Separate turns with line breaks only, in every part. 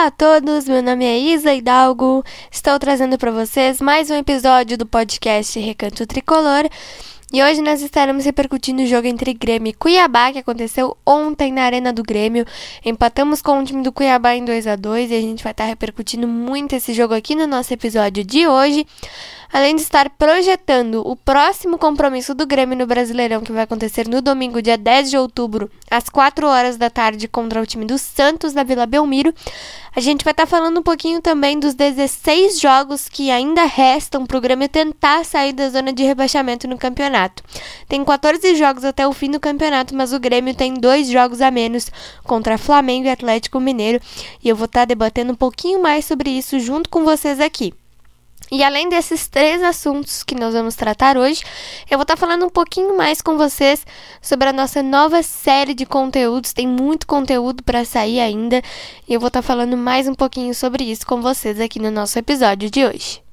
Olá a todos, meu nome é Isa Hidalgo, estou trazendo para vocês mais um episódio do podcast Recanto Tricolor e hoje nós estaremos repercutindo o jogo entre Grêmio e Cuiabá que aconteceu ontem na Arena do Grêmio. Empatamos com o time do Cuiabá em 2-2 e a gente vai estar repercutindo muito esse jogo aqui no nosso episódio de hoje. Além de estar projetando o próximo compromisso do Grêmio no Brasileirão, que vai acontecer no domingo, dia 10 de outubro, às 4 horas da tarde, contra o time do Santos, da Vila Belmiro, a gente vai estar falando um pouquinho também dos 16 jogos que ainda restam para o Grêmio tentar sair da zona de rebaixamento no campeonato. Tem 14 jogos até o fim do campeonato, mas o Grêmio tem 2 jogos a menos contra Flamengo e Atlético Mineiro, e eu vou estar debatendo um pouquinho mais sobre isso junto com vocês aqui. E além desses 3 assuntos que nós vamos tratar hoje, eu vou estar falando um pouquinho mais com vocês sobre a nossa nova série de conteúdos. Tem muito conteúdo para sair ainda e eu vou estar falando mais um pouquinho sobre isso com vocês aqui no nosso episódio de hoje.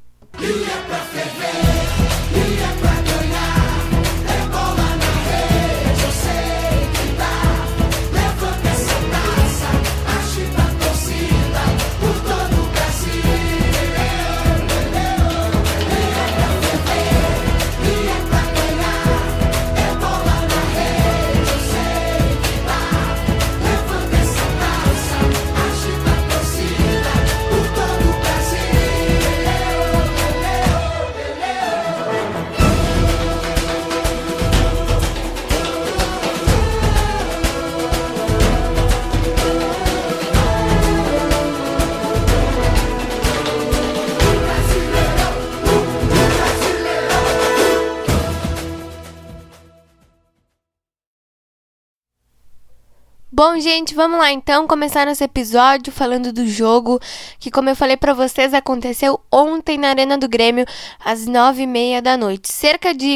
Bom, gente, vamos lá então começar nosso episódio falando do jogo que, como eu falei pra vocês, aconteceu ontem na Arena do Grêmio às 9h30 da noite. Cerca de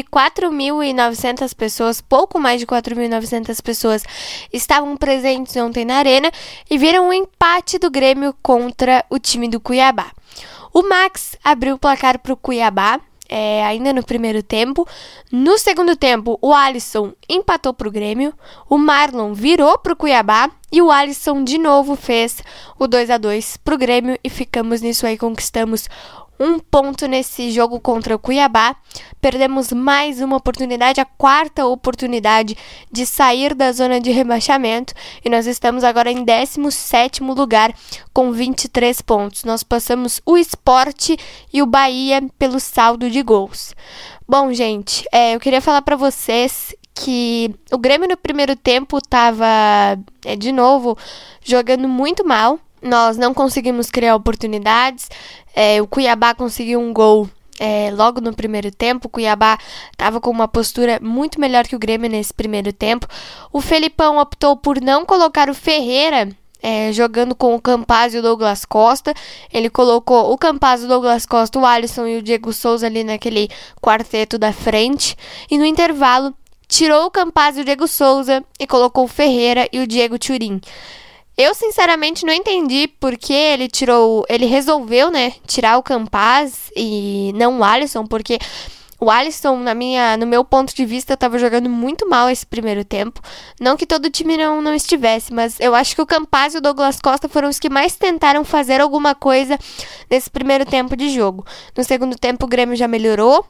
4.900 pessoas, pouco mais de 4.900 pessoas estavam presentes ontem na Arena e viram um empate do Grêmio contra o time do Cuiabá. O Max abriu o placar pro Cuiabá, ainda no primeiro tempo. No segundo tempo, o Alisson empatou para o Grêmio, o Marlon virou para o Cuiabá e o Alisson de novo fez o 2-2 para o Grêmio e ficamos nisso aí, conquistamos um ponto nesse jogo contra o Cuiabá. Perdemos mais uma oportunidade, a 4ª oportunidade de sair da zona de rebaixamento e nós estamos agora em 17º lugar com 23 pontos. Nós passamos o Sport e o Bahia pelo saldo de gols. Bom, gente, eu queria falar para vocês que o Grêmio no primeiro tempo estava, de novo, jogando muito mal. Nós não conseguimos criar oportunidades. O Cuiabá conseguiu um gol logo no primeiro tempo. O Cuiabá estava com uma postura muito melhor que o Grêmio nesse primeiro tempo. O Felipão optou por não colocar o Ferreira jogando com o Campazzo e o Douglas Costa. Ele colocou o Campazzo, o Douglas Costa, o Alisson e o Diego Souza ali naquele quarteto da frente. E no intervalo, tirou o Campazzo e o Diego Souza e colocou o Ferreira e o Diego Thurin. Eu, sinceramente, não entendi porque ele resolveu, tirar o Campazzo e não o Alisson, porque o Alisson, no meu ponto de vista, estava jogando muito mal esse primeiro tempo. Não que todo o time não estivesse, mas eu acho que o Campazzo e o Douglas Costa foram os que mais tentaram fazer alguma coisa nesse primeiro tempo de jogo. No segundo tempo, o Grêmio já melhorou,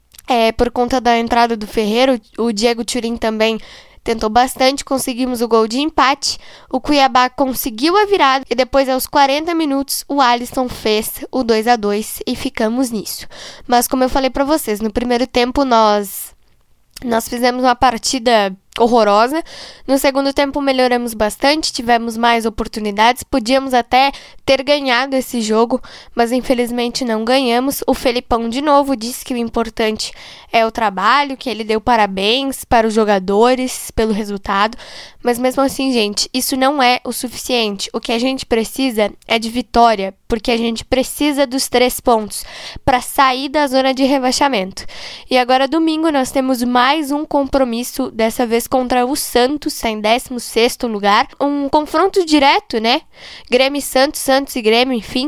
por conta da entrada do Ferreira. O Diego Thurin também tentou bastante, conseguimos o gol de empate, o Cuiabá conseguiu a virada e depois, aos 40 minutos, o Alisson fez o 2-2 e ficamos nisso. Mas como eu falei pra vocês, no primeiro tempo nós fizemos uma partida horrorosa. No segundo tempo melhoramos bastante, tivemos mais oportunidades, podíamos até ter ganhado esse jogo, mas infelizmente não ganhamos. O Felipão de novo disse que o importante é o trabalho, que ele deu parabéns para os jogadores pelo resultado, mas mesmo assim, gente, isso não é o suficiente. O que a gente precisa é de vitória, porque a gente precisa dos 3 pontos para sair da zona de rebaixamento. E agora domingo nós temos mais um compromisso, dessa vez contra o Santos, está em 16º lugar. Um confronto direto, Grêmio e Santos, Santos e Grêmio, enfim.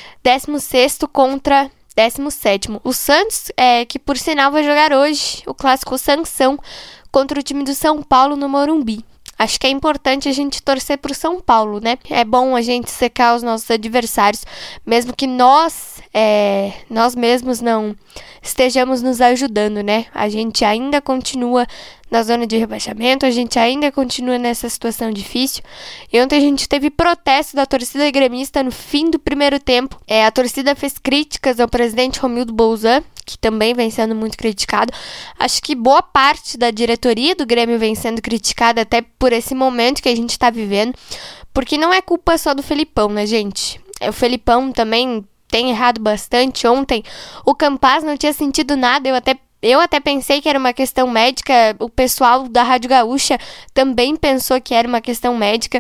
16º contra 17º. O Santos, que por sinal vai jogar hoje o clássico Sansão contra o time do São Paulo no Morumbi. acho que é importante a gente torcer pro São Paulo, né? É bom a gente secar os nossos adversários, mesmo que nós mesmos não estejamos nos ajudando, né? A gente ainda continua na zona de rebaixamento, a gente ainda continua nessa situação difícil. E ontem a gente teve protesto da torcida gremista no fim do primeiro tempo. A torcida fez críticas ao presidente Romildo Bolzan, que também vem sendo muito criticado. Acho que boa parte da diretoria do Grêmio vem sendo criticada até por esse momento que a gente tá vivendo, porque não é culpa só do Felipão, né, gente? O Felipão também tem errado bastante. Ontem o Campaz não tinha sentido nada, eu até pensei que era uma questão médica, o pessoal da Rádio Gaúcha também pensou que era uma questão médica,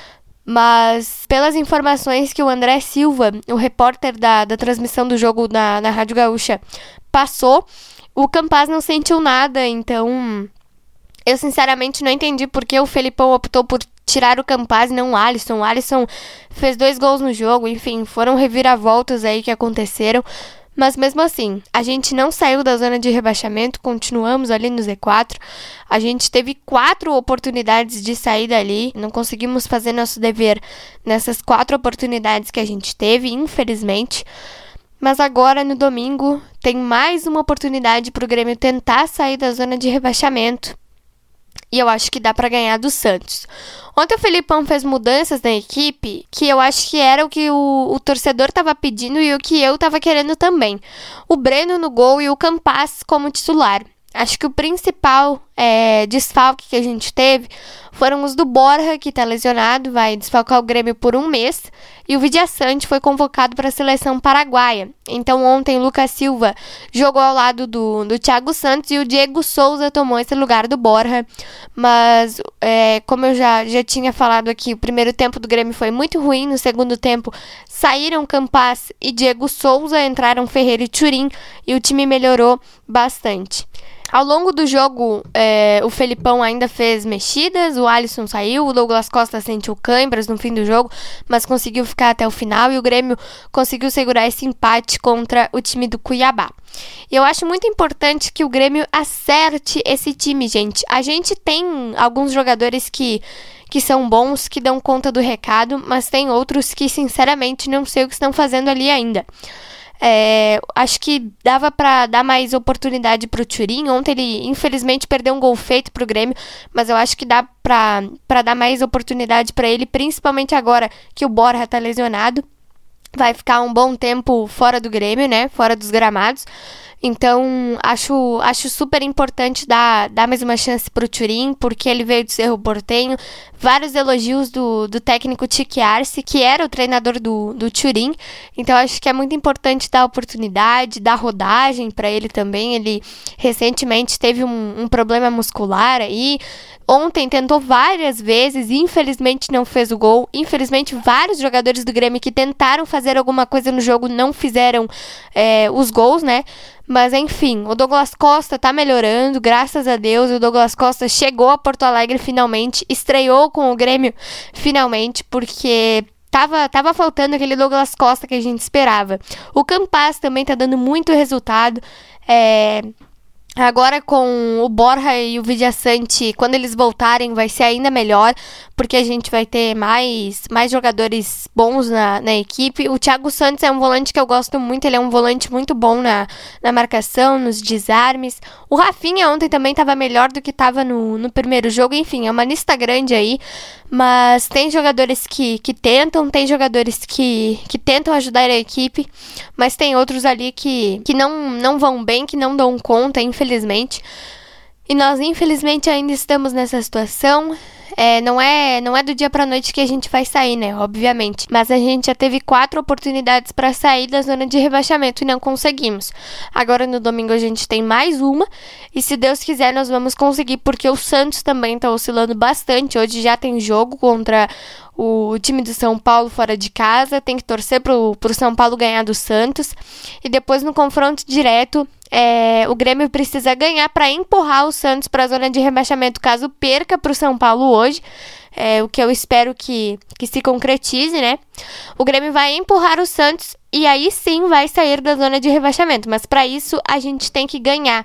mas pelas informações que o André Silva, o repórter da transmissão do jogo na Rádio Gaúcha, passou, o Campaz não sentiu nada, então eu sinceramente não entendi por que o Felipão optou por tirar o Campaz e não o Alisson. O Alisson fez 2 gols no jogo, enfim, foram reviravoltas aí que aconteceram. Mas mesmo assim, a gente não saiu da zona de rebaixamento, continuamos ali no Z4. A gente teve 4 oportunidades de sair dali, não conseguimos fazer nosso dever nessas 4 oportunidades que a gente teve, infelizmente. Mas agora, no domingo, tem mais uma oportunidade para o Grêmio tentar sair da zona de rebaixamento. E eu acho que dá para ganhar do Santos. Ontem o Felipão fez mudanças na equipe que eu acho que era o que o torcedor estava pedindo e o que eu estava querendo também. O Breno no gol e o Campaz como titular. Acho que o principal desfalque que a gente teve foram os do Borja, que está lesionado, vai desfalcar o Grêmio por 1 mês, e o Vidiaçante foi convocado para a seleção paraguaia. Então ontem o Lucas Silva jogou ao lado do Thiago Santos e o Diego Souza tomou esse lugar do Borja. Mas, como eu já tinha falado aqui, o primeiro tempo do Grêmio foi muito ruim, no segundo tempo saíram Campaz e Diego Souza, entraram Ferreira e Thurim, e o time melhorou bastante. Ao longo do jogo, o Felipão ainda fez mexidas, o Alisson saiu, o Douglas Costa sentiu câimbras no fim do jogo, mas conseguiu ficar até o final e o Grêmio conseguiu segurar esse empate contra o time do Cuiabá. E eu acho muito importante que o Grêmio acerte esse time, gente. A gente tem alguns jogadores que são bons, que dão conta do recado, mas tem outros que, sinceramente, não sei o que estão fazendo ali ainda. Acho que dava pra dar mais oportunidade pro Thurim. Ontem ele infelizmente perdeu um gol feito pro Grêmio, mas eu acho que dá pra dar mais oportunidade pra ele, principalmente agora que o Borja tá lesionado. Vai ficar um bom tempo fora do Grêmio, né? Fora dos gramados. Então, acho super importante dar mais uma chance pro Thurim, porque ele veio do Cerro Porteño. Vários elogios do técnico Tique Arce, que era o treinador do Thurim. Então, acho que é muito importante dar oportunidade, dar rodagem para ele também. Ele recentemente teve um problema muscular aí. Ontem tentou várias vezes e infelizmente não fez o gol. Infelizmente, vários jogadores do Grêmio que tentaram fazer alguma coisa no jogo não fizeram os gols, né? Mas enfim, o Douglas Costa tá melhorando, graças a Deus. O Douglas Costa chegou a Porto Alegre finalmente, estreou com o Grêmio finalmente, porque tava faltando aquele Douglas Costa que a gente esperava. O Campaz também tá dando muito resultado. Agora com o Borja e o Vidiaçante, quando eles voltarem, vai ser ainda melhor, porque a gente vai ter mais jogadores bons na equipe. O Thiago Santos é um volante que eu gosto muito, ele é um volante muito bom na marcação, nos desarmes. O Rafinha ontem também estava melhor do que estava no primeiro jogo. Enfim, é uma lista grande aí, mas tem jogadores que tentam, tem jogadores que tentam ajudar a equipe, mas tem outros ali que não vão bem, que não dão conta, infelizmente. E nós, infelizmente, ainda estamos nessa situação. Não é do dia pra noite que a gente vai sair, né? Obviamente. Mas a gente já teve 4 oportunidades para sair da zona de rebaixamento e não conseguimos. Agora no domingo a gente tem mais uma. E se Deus quiser nós vamos conseguir, porque o Santos também tá oscilando bastante. Hoje já tem jogo contra o time do São Paulo fora de casa. Tem que torcer pro São Paulo ganhar do Santos. E depois no confronto direto, o Grêmio precisa ganhar para empurrar o Santos para a zona de rebaixamento, caso perca para o São Paulo hoje, o que eu espero que se concretize, né? O Grêmio vai empurrar o Santos e aí sim vai sair da zona de rebaixamento, mas para isso a gente tem que ganhar.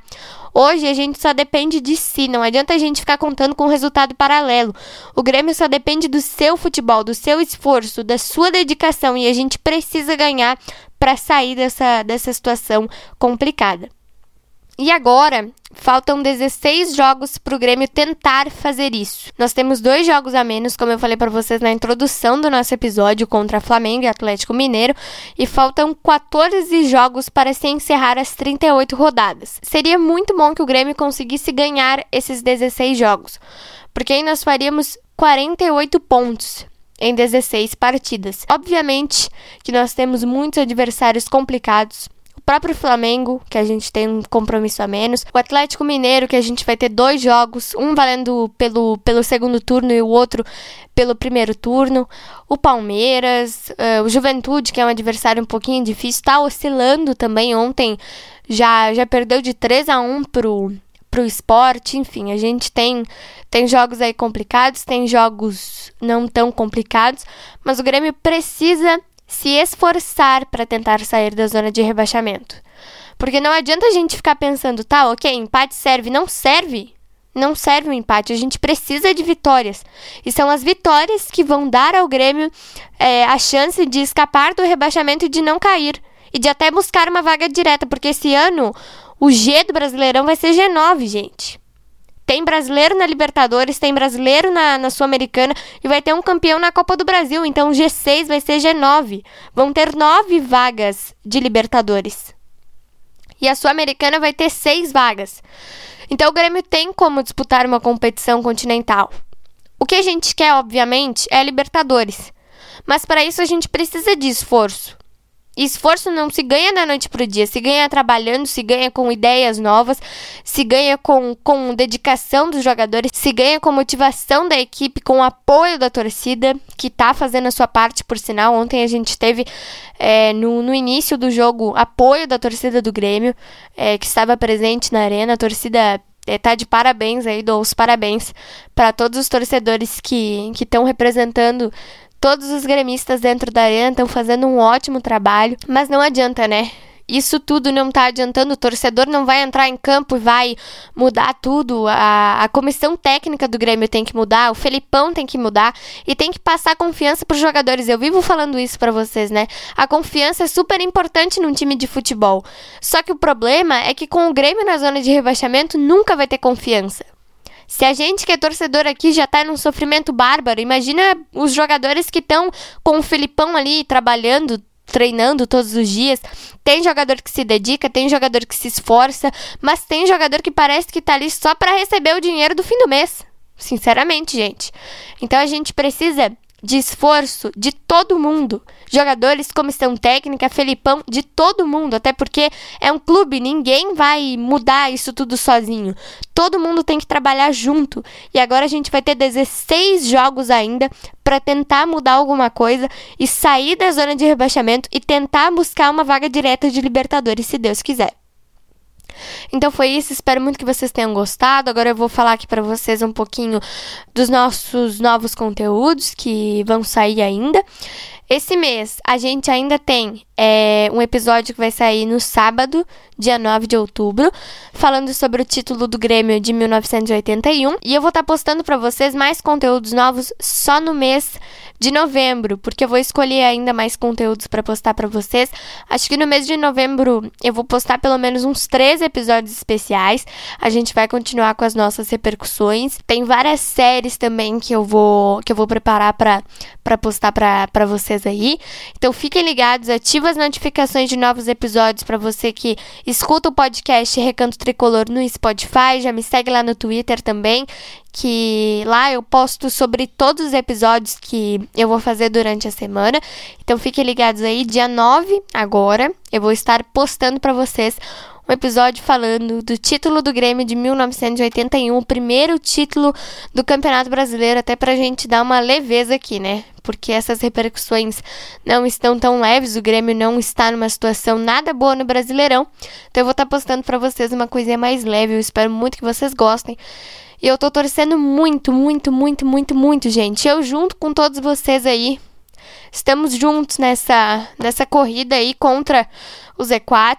Hoje a gente só depende de si, não adianta a gente ficar contando com um resultado paralelo. O Grêmio só depende do seu futebol, do seu esforço, da sua dedicação, e a gente precisa ganhar para sair dessa situação complicada. E agora, faltam 16 jogos para o Grêmio tentar fazer isso. Nós temos 2 jogos a menos, como eu falei para vocês na introdução do nosso episódio, contra Flamengo e Atlético Mineiro, e faltam 14 jogos para se encerrar as 38 rodadas. Seria muito bom que o Grêmio conseguisse ganhar esses 16 jogos, porque aí nós faríamos 48 pontos em 16 partidas. Obviamente que nós temos muitos adversários complicados. O próprio Flamengo, que a gente tem um compromisso a menos. O Atlético Mineiro, que a gente vai ter 2 jogos, um valendo pelo segundo turno e o outro pelo primeiro turno. O Palmeiras, o Juventude, que é um adversário um pouquinho difícil, está oscilando também. Ontem já perdeu de 3-1 pro Sport. Enfim, a gente tem jogos aí complicados, tem jogos não tão complicados, mas o Grêmio precisa se esforçar para tentar sair da zona de rebaixamento. Porque não adianta a gente ficar pensando, tá, ok, empate serve. Não serve. Não serve o empate. A gente precisa de vitórias. E são as vitórias que vão dar ao Grêmio a chance de escapar do rebaixamento e de não cair. E de até buscar uma vaga direta. Porque esse ano, o G do Brasileirão vai ser G9, gente. Tem brasileiro na Libertadores, tem brasileiro na Sul-Americana e vai ter um campeão na Copa do Brasil. Então, o G6 vai ser G9. Vão ter 9 vagas de Libertadores. E a Sul-Americana vai ter 6 vagas. Então, o Grêmio tem como disputar uma competição continental. O que a gente quer, obviamente, é a Libertadores. Mas, para isso, a gente precisa de esforço. E esforço não se ganha da noite para o dia, se ganha trabalhando, se ganha com ideias novas, se ganha com dedicação dos jogadores, se ganha com motivação da equipe, com o apoio da torcida, que está fazendo a sua parte, por sinal. Ontem a gente teve, no início do jogo, apoio da torcida do Grêmio, que estava presente na arena. A torcida tá de parabéns aí, dou os parabéns para todos os torcedores que estão representando. Todos os gremistas dentro da arena estão fazendo um ótimo trabalho, mas não adianta, né? Isso tudo não tá adiantando, o torcedor não vai entrar em campo e vai mudar tudo. A comissão técnica do Grêmio tem que mudar, o Felipão tem que mudar e tem que passar confiança para os jogadores. Eu vivo falando isso para vocês, né? A confiança é super importante num time de futebol. Só que o problema é que com o Grêmio na zona de rebaixamento nunca vai ter confiança. Se a gente que é torcedor aqui já tá num sofrimento bárbaro, imagina os jogadores que estão com o Felipão ali trabalhando, treinando todos os dias. Tem jogador que se dedica, tem jogador que se esforça, mas tem jogador que parece que tá ali só para receber o dinheiro do fim do mês. Sinceramente, gente. Então a gente precisa de esforço de todo mundo. Jogadores, comissão técnica, Felipão, de todo mundo. Até porque é um clube, ninguém vai mudar isso tudo sozinho. Todo mundo tem que trabalhar junto. E agora a gente vai ter 16 jogos ainda para tentar mudar alguma coisa e sair da zona de rebaixamento e tentar buscar uma vaga direta de Libertadores, se Deus quiser. Então foi isso, espero muito que vocês tenham gostado. Agora eu vou falar aqui para vocês um pouquinho dos nossos novos conteúdos que vão sair ainda. Esse mês a gente ainda tem um episódio que vai sair no sábado, dia 9 de outubro, falando sobre o título do Grêmio de 1981. E eu vou estar postando para vocês mais conteúdos novos só no mês de novembro, porque eu vou escolher ainda mais conteúdos para postar para vocês. Acho que no mês de novembro eu vou postar pelo menos uns 3 episódios especiais. A gente vai continuar com as nossas repercussões. Tem várias séries também que eu vou preparar para postar para vocês aí. Então fiquem ligados, ativa as notificações de novos episódios para você que escuta o podcast Recanto Tricolor no Spotify. Já me segue lá no Twitter também, que lá eu posto sobre todos os episódios que eu vou fazer durante a semana. Então fiquem ligados aí, dia 9 agora, eu vou estar postando para vocês um episódio falando do título do Grêmio de 1981, o primeiro título do Campeonato Brasileiro, até pra gente dar uma leveza aqui, né? Porque essas repercussões não estão tão leves, o Grêmio não está numa situação nada boa no Brasileirão. Então eu vou estar postando pra vocês uma coisinha mais leve, eu espero muito que vocês gostem. E eu tô torcendo muito, muito, muito, muito, muito, gente. Eu junto com todos vocês aí. Estamos juntos nessa corrida aí contra o Z4.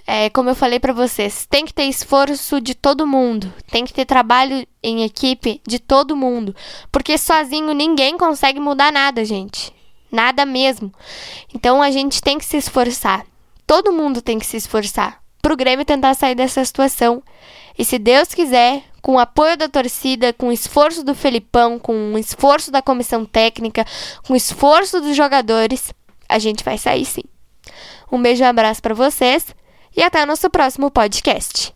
como eu falei pra vocês, tem que ter esforço de todo mundo, tem que ter trabalho em equipe de todo mundo, porque sozinho ninguém consegue mudar nada, gente. Nada mesmo. Então a gente tem que se esforçar. Todo mundo tem que se esforçar pro Grêmio tentar sair dessa situação. E se Deus quiser, com o apoio da torcida, com o esforço do Felipão, com o esforço da comissão técnica, com o esforço dos jogadores, a gente vai sair sim. Um beijo e um abraço pra vocês e até o nosso próximo podcast.